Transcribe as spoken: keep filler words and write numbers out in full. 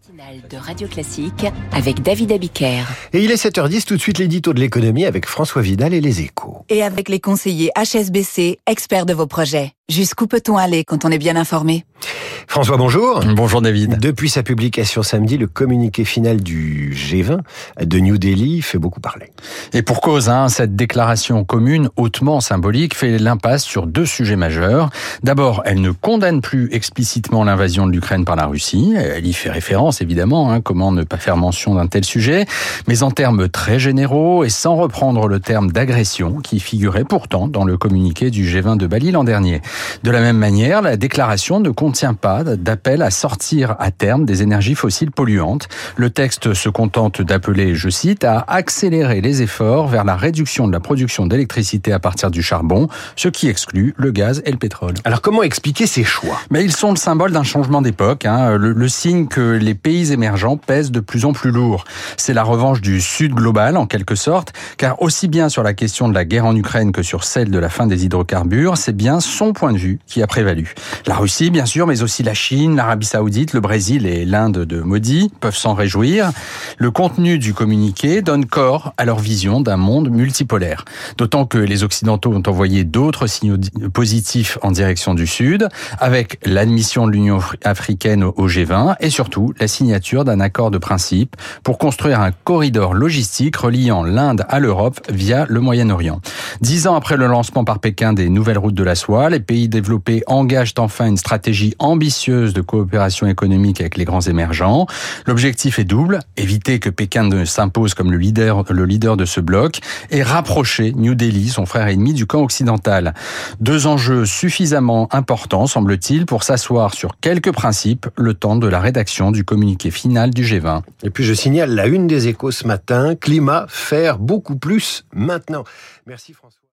Matinale de Radio Classique avec David Abiker. Et il est sept heures dix, tout de suite l'édito de l'économie avec François Vidal et les Échos. Et avec les conseillers H S B C, experts de vos projets. Jusqu'où peut-on aller quand on est bien informé ? François, bonjour. Bonjour David. Depuis sa publication samedi, le communiqué final du G vingt de New Delhi fait beaucoup parler. Et pour cause, hein, cette déclaration commune hautement symbolique fait l'impasse sur deux sujets majeurs. D'abord, elle ne condamne plus explicitement l'invasion de l'Ukraine par la Russie. Elle y fait référence, évidemment, hein, comment ne pas faire mention d'un tel sujet, mais en termes très généraux et sans reprendre le terme d'agression qui figurait pourtant dans le communiqué du G vingt de Bali l'an dernier. De la même manière, la déclaration ne contient pas d'appel à sortir à terme des énergies fossiles polluantes. Le texte se contente d'appeler, je cite, à accélérer les efforts vers la réduction de la production d'électricité à partir du charbon, ce qui exclut le gaz et le pétrole. Alors comment expliquer ces choix ? Mais ils sont le symbole d'un changement d'époque, hein, le, le signe que les pays émergents pèsent de plus en plus lourd. C'est la revanche du Sud global, en quelque sorte, car aussi bien sur la question de la guerre en Ukraine que sur celle de la fin des hydrocarbures, c'est bien son point de vue qui a prévalu. La Russie, bien sûr, mais aussi la Chine, l'Arabie Saoudite, le Brésil et l'Inde de Modi peuvent s'en réjouir. Le contenu du communiqué donne corps à leur vision d'un monde multipolaire. D'autant que les Occidentaux ont envoyé d'autres signaux positifs en direction du Sud, avec l'admission de l'Union africaine au G vingt et surtout la signature d'un accord de principe pour construire un corridor logistique reliant l'Inde à l'Europe via le Moyen-Orient. Dix ans après le lancement par Pékin des nouvelles routes de la soie, les pays développés engagent enfin une stratégie ambitieuse de coopération économique avec les grands émergents. L'objectif est double, éviter que Pékin ne s'impose comme le leader, le leader de ce bloc et rapprocher New Delhi, son frère ennemi, du camp occidental. Deux enjeux suffisamment importants, semble-t-il, pour s'asseoir sur quelques principes le temps de la rédaction du communiqué final du G vingt. Et puis je signale la une des Échos ce matin, climat, faire beaucoup plus maintenant. Merci François.